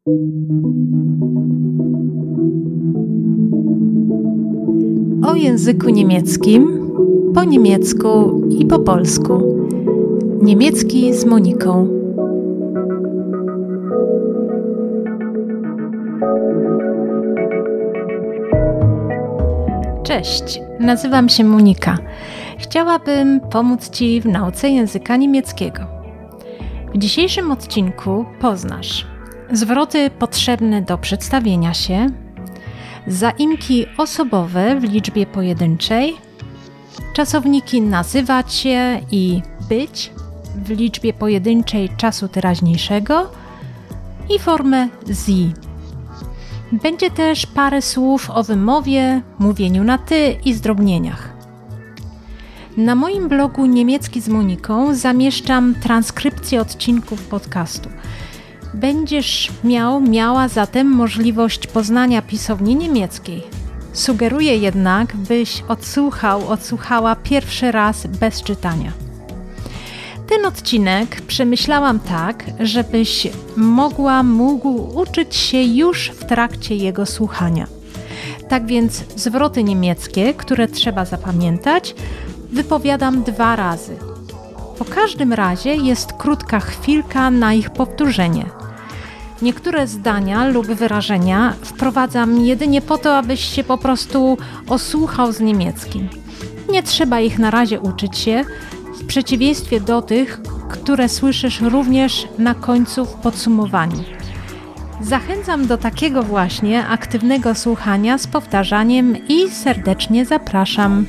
O języku niemieckim, po niemiecku i po polsku. Niemiecki z Moniką. Cześć, nazywam się Monika. Chciałabym pomóc Ci w nauce języka niemieckiego. W dzisiejszym odcinku poznasz zwroty potrzebne do przedstawienia się, zaimki osobowe w liczbie pojedynczej, czasowniki nazywać się i być w liczbie pojedynczej czasu teraźniejszego i formę sie. Będzie też parę słów o wymowie, mówieniu na ty i zdrobnieniach. Na moim blogu Niemiecki z Moniką transkrypcję odcinków podcastu. Będziesz miała zatem możliwość poznania pisowni niemieckiej. Sugeruję jednak, byś odsłuchała pierwszy raz bez czytania. Ten odcinek przemyślałam tak, żebyś mógł uczyć się już w trakcie jego słuchania. Tak więc zwroty niemieckie, które trzeba zapamiętać, wypowiadam 2 razy. Po każdym razie jest krótka chwilka na ich powtórzenie. Niektóre zdania lub wyrażenia wprowadzam jedynie po to, abyś się po prostu osłuchał z niemieckim. Nie trzeba ich na razie uczyć się, w przeciwieństwie do tych, które słyszysz również na końcu w podsumowaniu. Zachęcam do takiego właśnie aktywnego słuchania z powtarzaniem i serdecznie zapraszam.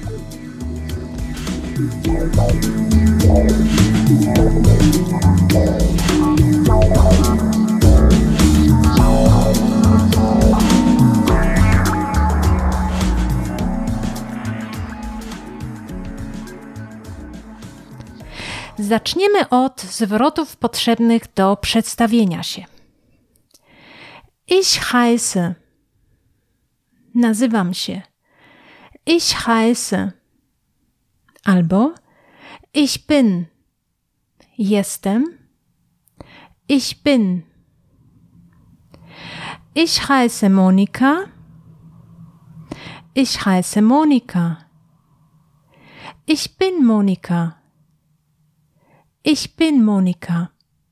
Zaczniemy od zwrotów potrzebnych do przedstawienia się. Ich heiße. Nazywam się. Ich heiße. Albo ich bin. Jestem. Ich bin. Ich heiße Monika. Ich heiße Monika. Ich bin Monika. Ich bin Monika.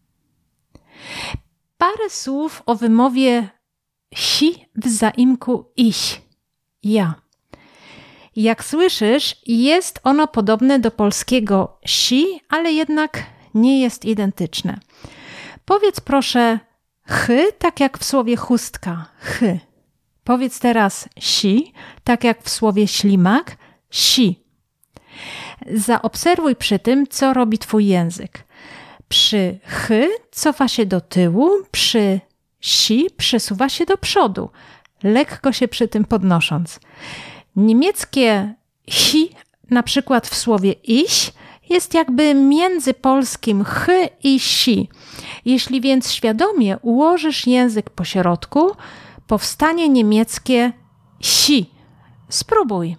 Parę słów o wymowie si w zaimku ich. Ja. Jak słyszysz, jest ono podobne do polskiego si, ale jednak nie jest identyczne. Powiedz proszę chy, tak jak w słowie chustka. Chy. Powiedz teraz si, tak jak w słowie ślimak. Si. Zaobserwuj przy tym, co robi twój język. Przy chy cofa się do tyłu, przy si przesuwa się do przodu, lekko się przy tym podnosząc. Niemieckie hi, na przykład w słowie ich, jest jakby między polskim chy i si. Jeśli więc świadomie ułożysz język po środku, powstanie niemieckie si. Spróbuj.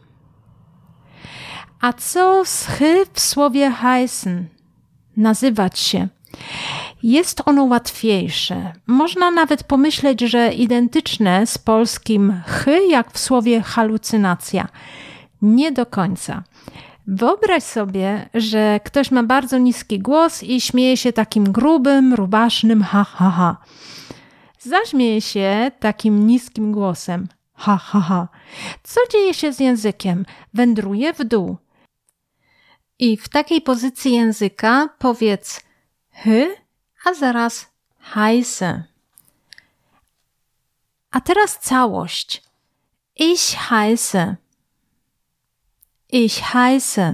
A co z chy w słowie heißen? Nazywać się. Jest ono łatwiejsze. Można nawet pomyśleć, że identyczne z polskim chy, jak w słowie halucynacja. Nie do końca. Wyobraź sobie, że ktoś ma bardzo niski głos i śmieje się takim grubym, rubasznym ha, ha, ha. Zaśmieje się takim niskim głosem. Ha, ha, ha. Co dzieje się z językiem? Wędruje w dół. I w takiej pozycji języka powiedz hy, a zaraz heiße. A teraz całość. Ich heiße. Ich heiße.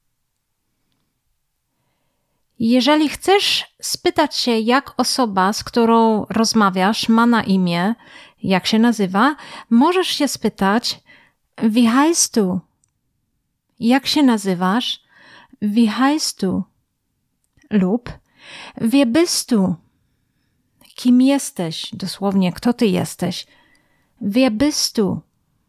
Jeżeli chcesz spytać się, jak osoba, z którą rozmawiasz, ma na imię, jak się nazywa, możesz się spytać wie heißt du? Jak się nazywasz? Wie heißt du? Lub wer bist du? Kim jesteś? Dosłownie, kto ty jesteś? Wer bist du?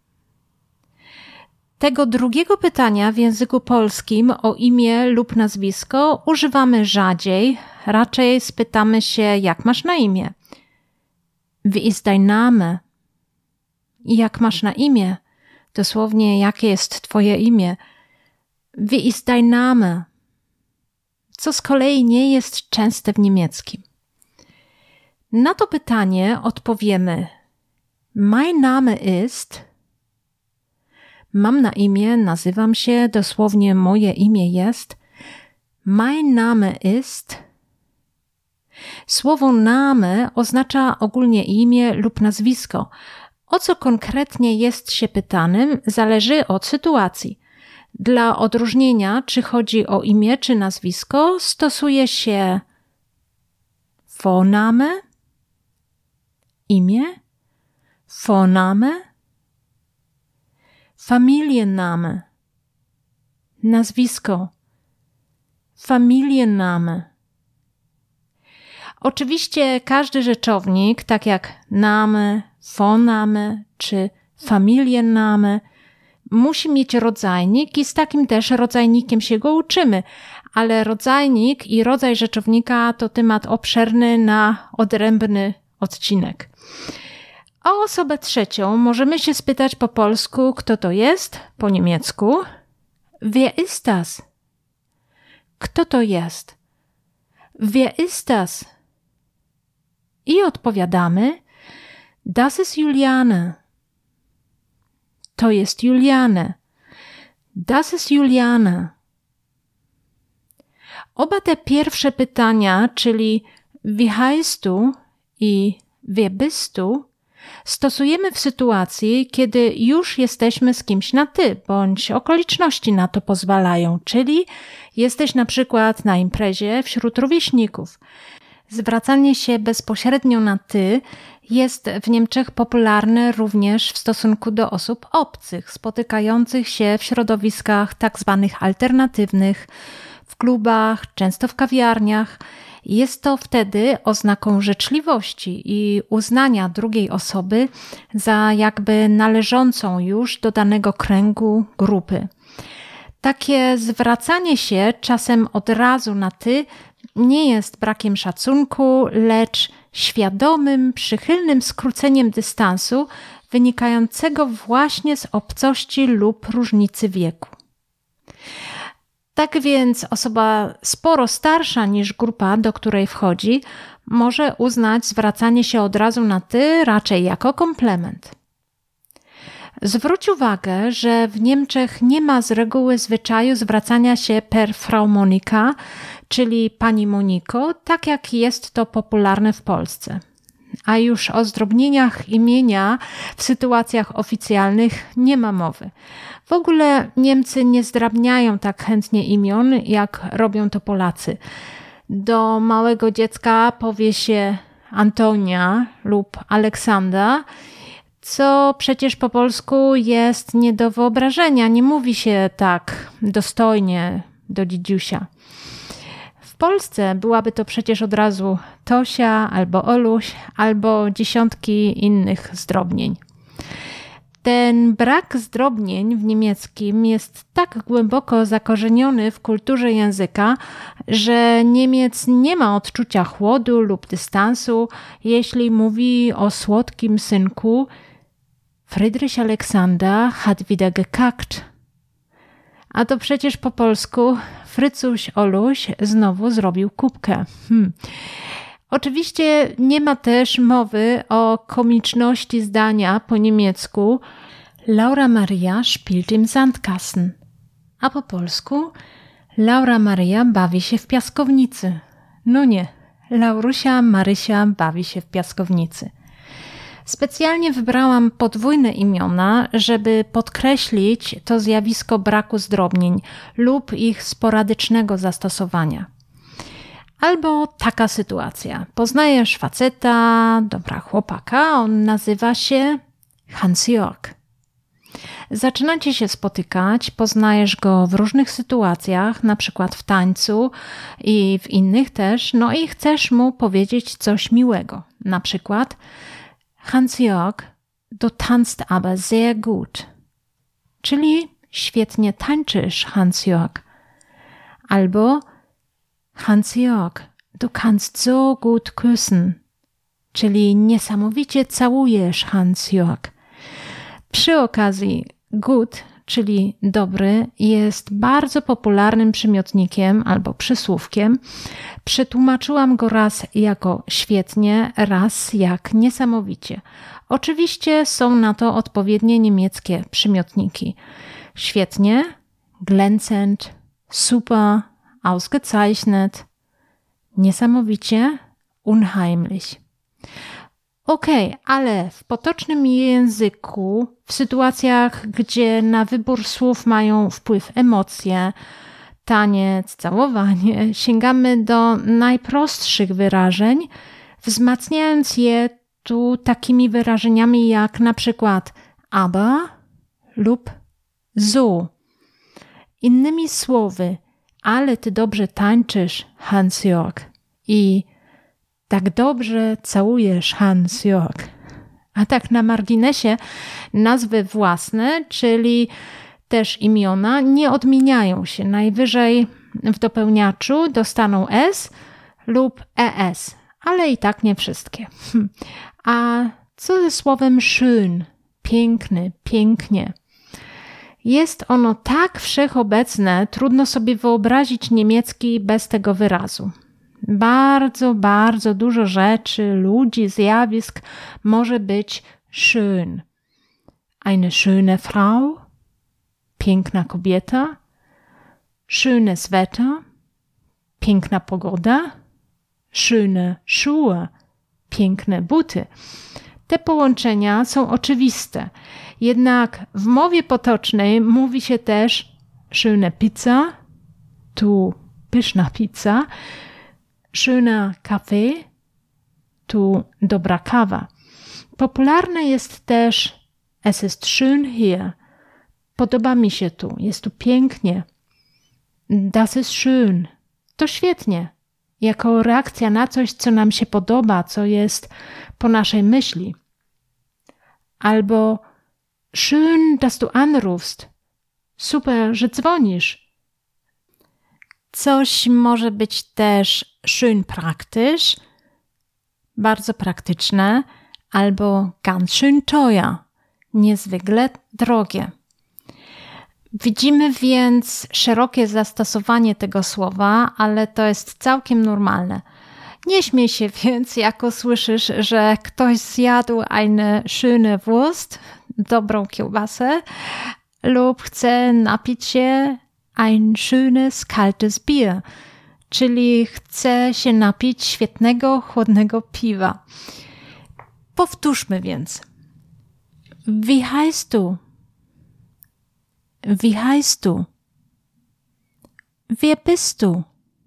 Tego drugiego pytania w języku polskim o imię lub nazwisko używamy rzadziej. Raczej spytamy się, jak masz na imię. Wie ist dein Name? Jak masz na imię? Dosłownie, jakie jest twoje imię? Wie ist dein Name? Co z kolei nie jest częste w niemieckim. Na to pytanie odpowiemy: Mein Name ist. Mam na imię, nazywam się, dosłownie moje imię jest. Mein Name ist. Słowo Name oznacza ogólnie imię lub nazwisko. O co konkretnie jest się pytanym, zależy od sytuacji. Dla odróżnienia, czy chodzi o imię czy nazwisko, stosuje się Vorname, imię, Vorname, Familienname, nazwisko, Familienname. Oczywiście każdy rzeczownik, tak jak Name, Vorname czy Familienname, musi mieć rodzajnik i z takim też rodzajnikiem się go uczymy, ale rodzajnik i rodzaj rzeczownika to temat obszerny na odrębny odcinek. O osobę trzecią możemy się spytać po polsku, kto to jest, po niemiecku. Wer ist das? Kto to jest? Wer ist das? I odpowiadamy: Das ist Juliane. To jest Juliane. Das ist Juliane. Oba te pierwsze pytania, czyli wie heißt du i wer bist du, stosujemy w sytuacji, kiedy już jesteśmy z kimś na ty, bądź okoliczności na to pozwalają, czyli jesteś na przykład na imprezie wśród rówieśników. Zwracanie się bezpośrednio na ty jest w Niemczech popularne również w stosunku do osób obcych, spotykających się w środowiskach tak zwanych alternatywnych, w klubach, często w kawiarniach. Jest to wtedy oznaką życzliwości i uznania drugiej osoby za jakby należącą już do danego kręgu grupy. Takie zwracanie się czasem od razu na ty nie jest brakiem szacunku, lecz świadomym, przychylnym skróceniem dystansu wynikającego właśnie z obcości lub różnicy wieku. Tak więc osoba sporo starsza niż grupa, do której wchodzi, może uznać zwracanie się od razu na ty raczej jako komplement. Zwróć uwagę, że w Niemczech nie ma z reguły zwyczaju zwracania się per Frau Monika, czyli pani Moniko, tak jak jest to popularne w Polsce. A już o zdrobnieniach imienia w sytuacjach oficjalnych nie ma mowy. W ogóle Niemcy nie zdrabniają tak chętnie imion, jak robią to Polacy. Do małego dziecka powie się Antonia lub Aleksandra, co przecież po polsku jest nie do wyobrażenia. Nie mówi się tak dostojnie do dzidziusia. W Polsce byłaby to przecież od razu Tosia albo Oluś, albo dziesiątki innych zdrobnień. Ten brak zdrobnień w niemieckim jest tak głęboko zakorzeniony w kulturze języka, że Niemiec nie ma odczucia chłodu lub dystansu, jeśli mówi o słodkim synku Friedrich Alexander hat wieder gekackt. A to przecież po polsku Frycuś Oluś znowu zrobił kubkę. Oczywiście nie ma też mowy o komiczności zdania po niemiecku Laura Maria spielt im Sandkasten, a po polsku Laura Maria bawi się w piaskownicy. No nie, Laurusia Marysia bawi się w piaskownicy. Specjalnie wybrałam podwójne imiona, żeby podkreślić to zjawisko braku zdrobnień lub ich sporadycznego zastosowania. Albo taka sytuacja. Poznajesz faceta, dobra chłopaka, on nazywa się Hans-Jörg. Zaczynacie się spotykać, poznajesz go w różnych sytuacjach, na przykład w tańcu i w innych też, no i chcesz mu powiedzieć coś miłego. Na przykład Hans-Jörg, du tanzt aber sehr gut. Czyli świetnie tańczysz, Hans-Jörg. Albo Hans-Jörg, du kannst so gut küssen. czyli niesamowicie całujesz, Hans-Jörg. Przy okazji gut, czyli dobry, jest bardzo popularnym przymiotnikiem albo przysłówkiem. Przetłumaczyłam go raz jako świetnie, raz jak niesamowicie. Oczywiście są na to odpowiednie niemieckie przymiotniki. Świetnie, glänzend, super, ausgezeichnet, niesamowicie, unheimlich. Okej, ale w potocznym języku, w sytuacjach, gdzie na wybór słów mają wpływ emocje, taniec, całowanie, sięgamy do najprostszych wyrażeń, wzmacniając je tu takimi wyrażeniami jak na przykład aber lub so. Innymi słowy, ale ty dobrze tańczysz, Hans-Jörg, i tak dobrze całujesz, Hans-Jörg. A tak na marginesie, nazwy własne, czyli też imiona, nie odmieniają się. Najwyżej w dopełniaczu dostaną S lub ES, ale i tak nie wszystkie. A co ze słowem schön? Piękny, pięknie. Jest ono tak wszechobecne, trudno sobie wyobrazić niemiecki bez tego wyrazu. Bardzo, bardzo dużo rzeczy, ludzi, zjawisk może być schön. Eine schöne Frau, piękna kobieta, schönes Wetter, piękna pogoda, schöne Schuhe, piękne buty. Te połączenia są oczywiste, jednak w mowie potocznej mówi się też schöne Pizza, tu pyszna pizza, schöner Kaffee, tu dobra kawa. Popularne jest też es ist schön hier, podoba mi się tu, jest tu pięknie. Das ist schön, to świetnie, jako reakcja na coś, co nam się podoba, co jest po naszej myśli. Albo schön, dass du anrufst, super, że dzwonisz. Coś może być też schön praktisch, bardzo praktyczne, albo ganz schön teuer, niezwykle drogie. Widzimy więc szerokie zastosowanie tego słowa, ale to jest całkiem normalne. Nie śmiej się więc, jako słyszysz, że ktoś zjadł eine schöne Wurst, dobrą kiełbasę, lub chce napić się ein schönes kaltes Bier, czyli chce się napić świetnego, chłodnego piwa. Powtórzmy więc. Wie heißt du? Wie heißt du? Wer bist du?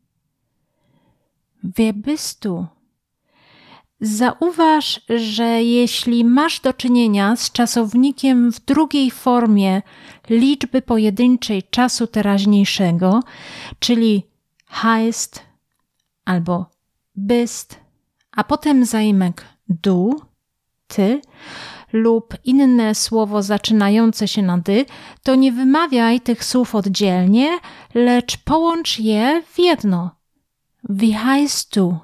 Wer bist du? Zauważ, że jeśli masz do czynienia z czasownikiem w drugiej formie liczby pojedynczej czasu teraźniejszego, czyli heißt albo bist, a potem zaimek du, ty, lub inne słowo zaczynające się na dy, to nie wymawiaj tych słów oddzielnie, lecz połącz je w jedno. Wie heißt du?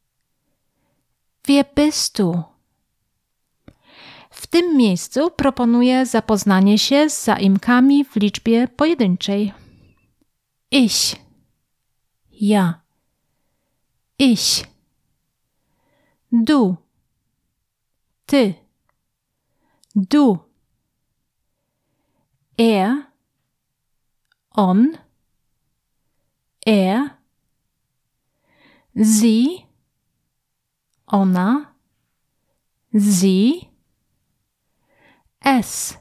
Wer bist du? W tym miejscu proponuję zapoznanie się z zaimkami w liczbie pojedynczej. Ich. Ja. Ich. Du. Ty. Du. Er. On. Er. Sie. Ona. Sie. Es.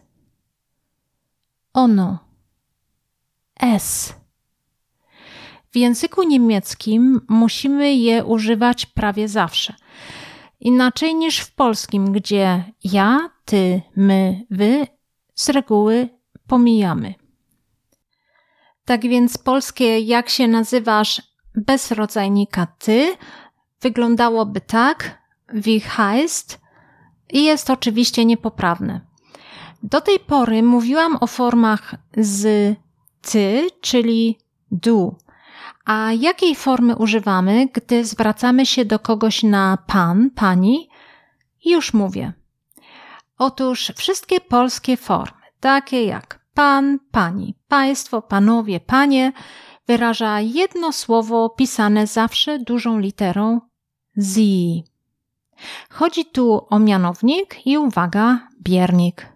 Ono. Es. W języku niemieckim musimy je używać prawie zawsze. Inaczej niż w polskim, gdzie ja, ty, my, wy z reguły pomijamy. Tak więc polskie jak się nazywasz bez rodzajnika ty wyglądałoby tak, wie heißt, i jest oczywiście niepoprawne. Do tej pory mówiłam o formach z ty, czyli du. A jakiej formy używamy, gdy zwracamy się do kogoś na pan, pani? I już mówię. Otóż wszystkie polskie formy, takie jak pan, pani, państwo, panowie, panie, wyraża jedno słowo pisane zawsze dużą literą sie. Chodzi tu o mianownik i uwaga, biernik.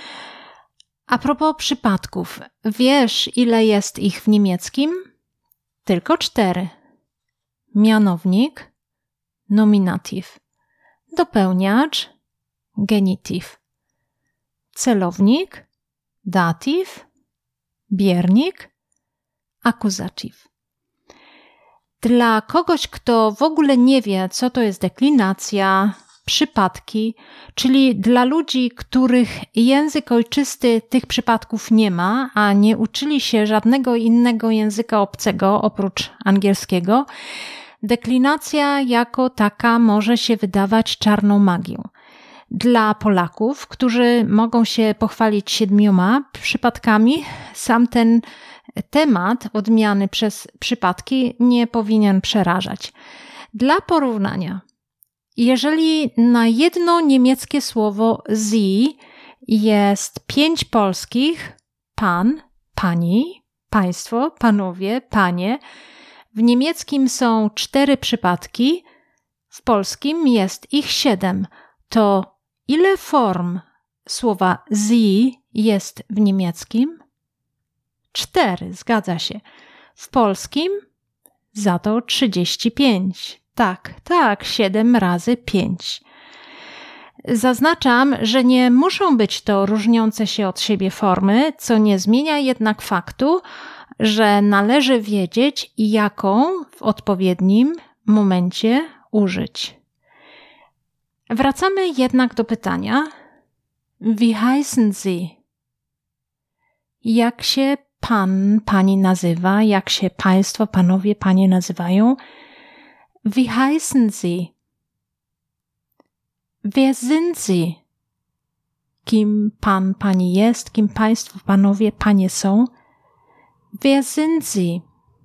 A propos przypadków, wiesz, ile jest ich w niemieckim? Tylko 4. Mianownik, nominatyw, dopełniacz, genityw, celownik, datyw, biernik, akuzatyw. Dla kogoś, kto w ogóle nie wie, co to jest deklinacja, przypadki, czyli dla ludzi, których język ojczysty tych przypadków nie ma, a nie uczyli się żadnego innego języka obcego oprócz angielskiego, deklinacja jako taka może się wydawać czarną magią. Dla Polaków, którzy mogą się pochwalić 7 przypadkami, sam ten temat odmiany przez przypadki nie powinien przerażać. Dla porównania, jeżeli na jedno niemieckie słowo sie jest 5 polskich, pan, pani, państwo, panowie, panie, w niemieckim są 4 przypadki, w polskim jest ich 7, to ile form słowa sie jest w niemieckim? 4, zgadza się. W polskim za to 35. Tak, 7 razy 5. Zaznaczam, że nie muszą być to różniące się od siebie formy, co nie zmienia jednak faktu, że należy wiedzieć, jaką w odpowiednim momencie użyć. Wracamy jednak do pytania: wie heißen Sie? Jak się pan, pani nazywa? Jak się państwo, panowie, panie nazywają? Wie heißen Sie? Wer sind Sie? Kim pan, pani jest? Kim państwo, panowie, panie są? Wer sind Sie?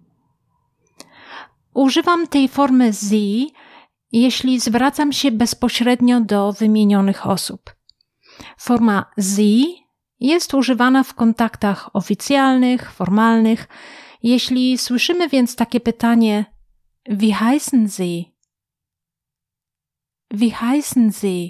Używam tej formy Sie, jeśli zwracam się bezpośrednio do wymienionych osób. Forma Sie jest używana w kontaktach oficjalnych, formalnych. Jeśli słyszymy więc takie pytanie: wie heißen Sie? Wie heißen Sie?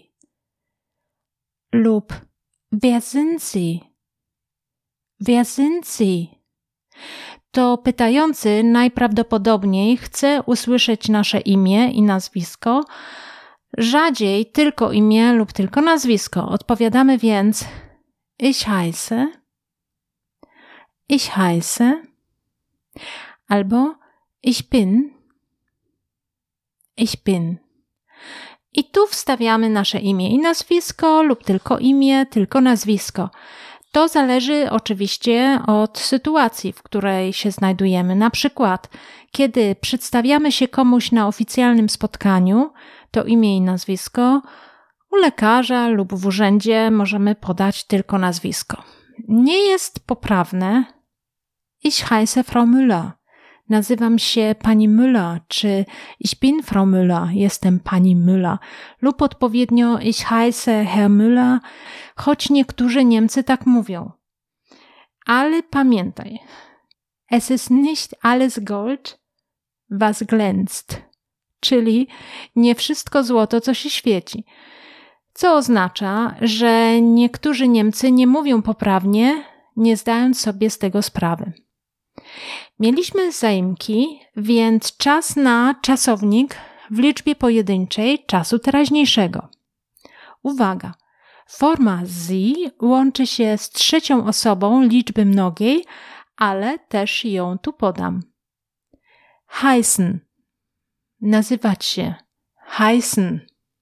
Lub wer sind Sie? Wer sind Sie? To pytający najprawdopodobniej chce usłyszeć nasze imię i nazwisko, rzadziej tylko imię lub tylko nazwisko. Odpowiadamy więc: ich heiße, ich heiße, albo ich bin, ich bin. I tu wstawiamy nasze imię i nazwisko lub tylko imię, tylko nazwisko. To zależy oczywiście od sytuacji, w której się znajdujemy. Na przykład, kiedy przedstawiamy się komuś na oficjalnym spotkaniu, to imię i nazwisko, u lekarza lub w urzędzie możemy podać tylko nazwisko. Nie jest poprawne ich heiße Frau Müller, nazywam się pani Müller, czy ich bin Frau Müller, jestem pani Müller, lub odpowiednio ich heiße Herr Müller, choć niektórzy Niemcy tak mówią. Ale pamiętaj, es ist nicht alles Gold, was glänzt, czyli nie wszystko złoto, co się świeci. Co oznacza, że niektórzy Niemcy nie mówią poprawnie, nie zdając sobie z tego sprawy. Mieliśmy zaimki, więc czas na czasownik w liczbie pojedynczej czasu teraźniejszego. Uwaga! Forma sie łączy się z trzecią osobą liczby mnogiej, ale też ją tu podam. Heißen. Nazywać się. Heißen.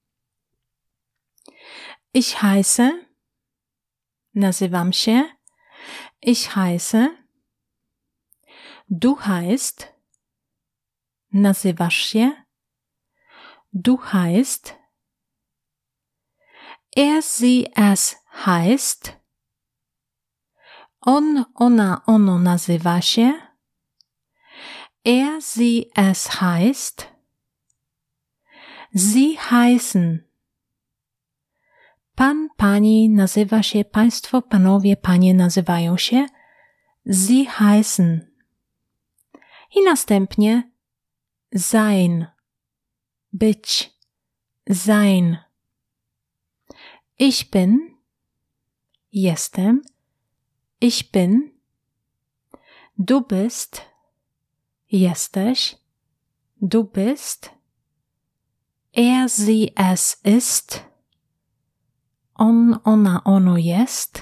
Ich heiße. Nazywam się. Ich heiße. Du heißt. Nazywasz się. Du heißt. Sie, es heißt. On, ona, ono nazywa się. Sie, es heißt. Sie heißen. pani nazywa się, państwo, panowie, panie nazywają się Sie heißen. I następnie sein, być, sein. Ich bin, jestem, ich bin. Du bist, jesteś, du bist. Er, sie, es ist. On, ona, ono jest.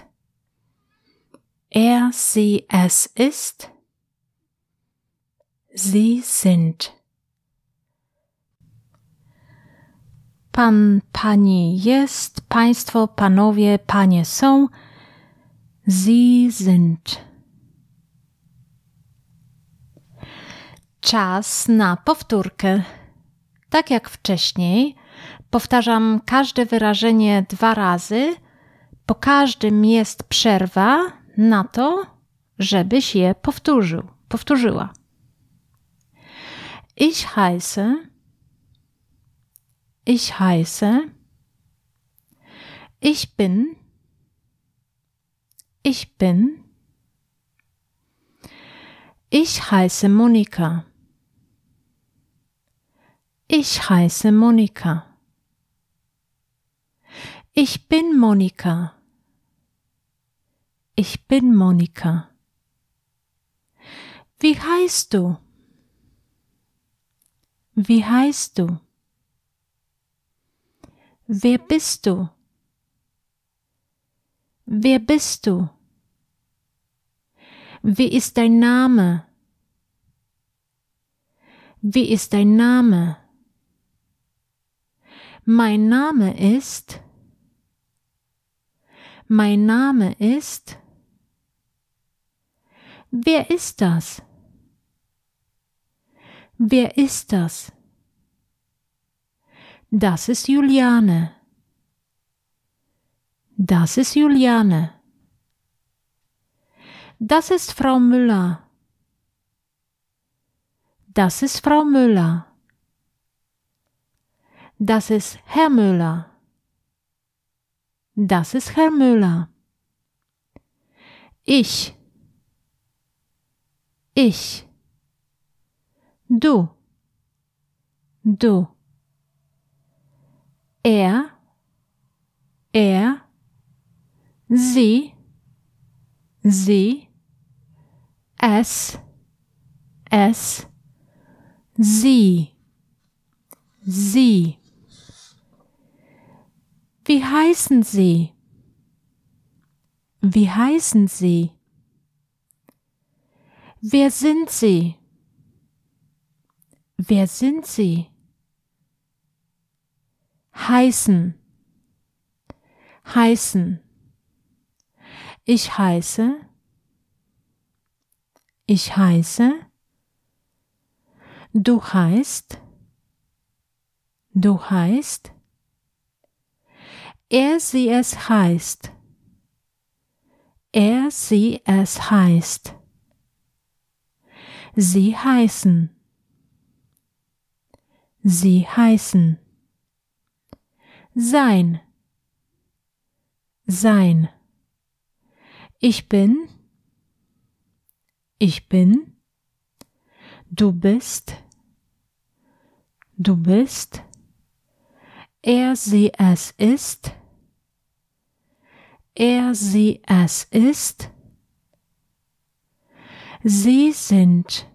Er, sie, es ist. Sie sind. Pan, pani jest, państwo, panowie, panie są. Sie sind. Czas na powtórkę. Tak jak wcześniej, powtarzam każde wyrażenie 2 razy. Po każdym jest przerwa na to, żebyś je powtórzyła. Ich heiße. Ich heiße. Ich bin. Ich bin. Ich heiße Monika. Ich heiße Monika. Ich bin Monika. Ich bin Monika. Wie heißt du? Wie heißt du? Wer bist du? Wer bist du? Wie ist dein Name? Wie ist dein Name? Mein Name ist. Mein Name ist. Wer ist das? Wer ist das? Das ist Juliane. Das ist Juliane. Das ist Frau Müller. Das ist Frau Müller. Das ist Herr Müller. Das ist Herr Müller. Ich. Ich. Du. Du. Er. Sie. Sie. Es. Sie. Sie. Wie heißen Sie? Wie heißen Sie? Wer sind Sie? Wer sind Sie? Heißen. Heißen. Ich heiße. Ich heiße. Du heißt. Du heißt. Er, sie, es heißt. Er, sie, es heißt. Sie heißen. Sie heißen. Sein. Sein. Ich bin. Ich bin. Du bist. Du bist. Er, sie, es ist. Er, sie, es ist. Sie sind.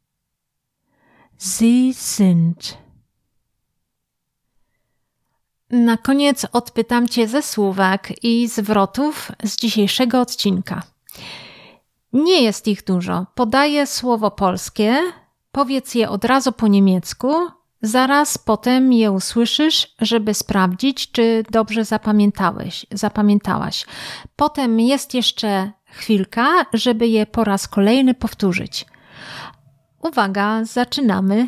Sie sind. Na koniec odpytam Cię ze słówek i zwrotów z dzisiejszego odcinka. Nie jest ich dużo. Podaję słowo polskie, powiedz je od razu po niemiecku, zaraz potem je usłyszysz, żeby sprawdzić, czy dobrze zapamiętałaś. Potem jest jeszcze chwilka, żeby je po raz kolejny powtórzyć. Uwaga, zaczynamy.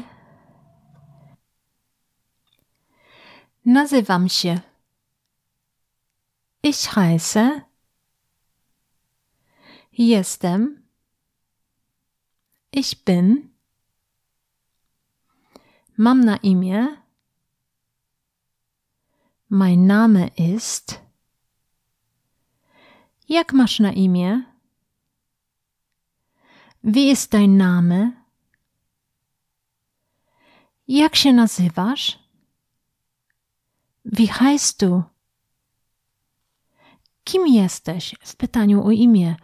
Nazywam się. Ich heiße. Jestem. Ich bin. Mam na imię. Mein Name ist. Jak masz na imię? Wie ist dein Name? Jak się nazywasz? Wie heißt du? Kim jesteś? W pytaniu o imię.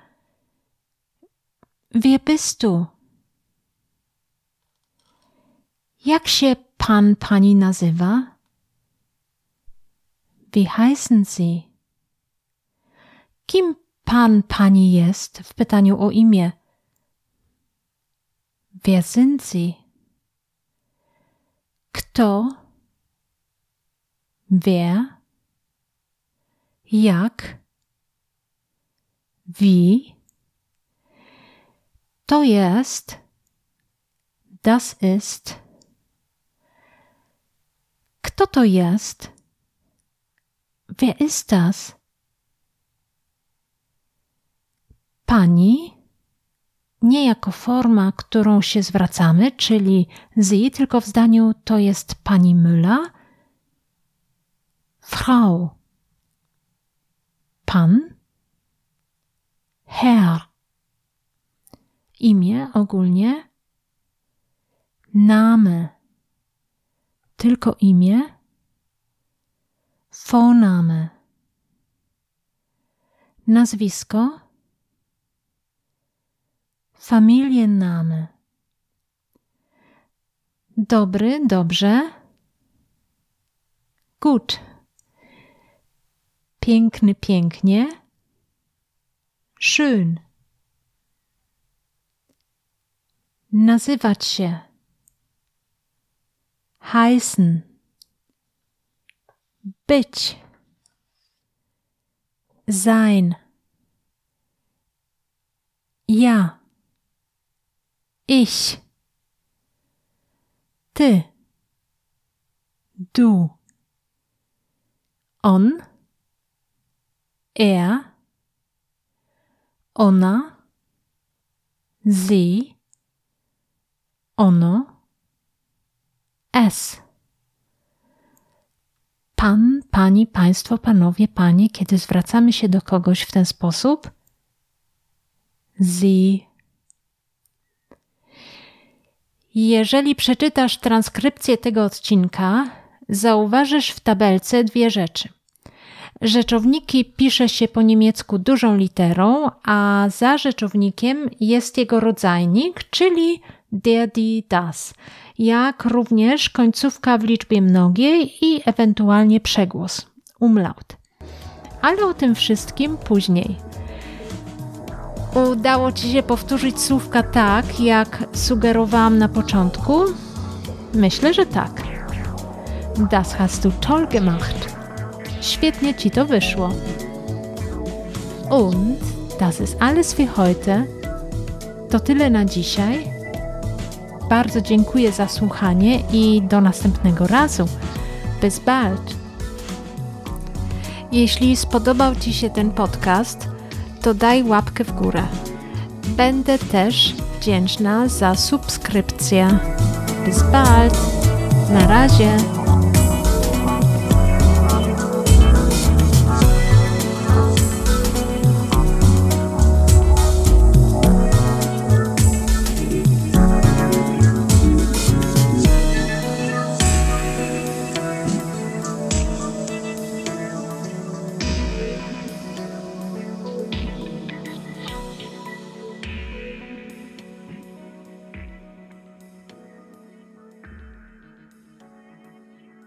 Wer bist du? Jak się pan, pani nazywa? Wie heißen Sie? Kim pan, pani jest? W pytaniu o imię. Wer sind Sie? Kto? Wer? Jak? Wie? To jest. Das ist. Kto to jest? Wer ist das? Pani, nie jako forma, którą się zwracamy, czyli sie, tylko w zdaniu to jest pani Müller. Frau. Pan. Herr. Imię ogólnie. Name. Tylko imię. Vorname. Nazwisko. Familienname. Dobry, dobrze. Gut. Piękny, pięknie. Schön. Nazywać się. Heißen. Być. Sein. Ja. Ich. Ty. Du. On. Er. Ona. Sie. Ono. Es. Pan, pani, państwo, panowie, panie, kiedy zwracamy się do kogoś w ten sposób. Sie. Jeżeli przeczytasz transkrypcję tego odcinka, zauważysz w tabelce dwie rzeczy. Rzeczowniki pisze się po niemiecku dużą literą, a za rzeczownikiem jest jego rodzajnik, czyli der, die, das, jak również końcówka w liczbie mnogiej i ewentualnie przegłos, umlaut. Ale o tym wszystkim później. Udało Ci się powtórzyć słówka tak, jak sugerowałam na początku? Myślę, że tak. Das hast du toll gemacht. Świetnie Ci to wyszło. Und das ist alles für heute. To tyle na dzisiaj. Bardzo dziękuję za słuchanie i do następnego razu. Bis bald. Jeśli spodobał Ci się ten podcast, to daj łapkę w górę. Będę też wdzięczna za subskrypcję. Bis bald. Na razie.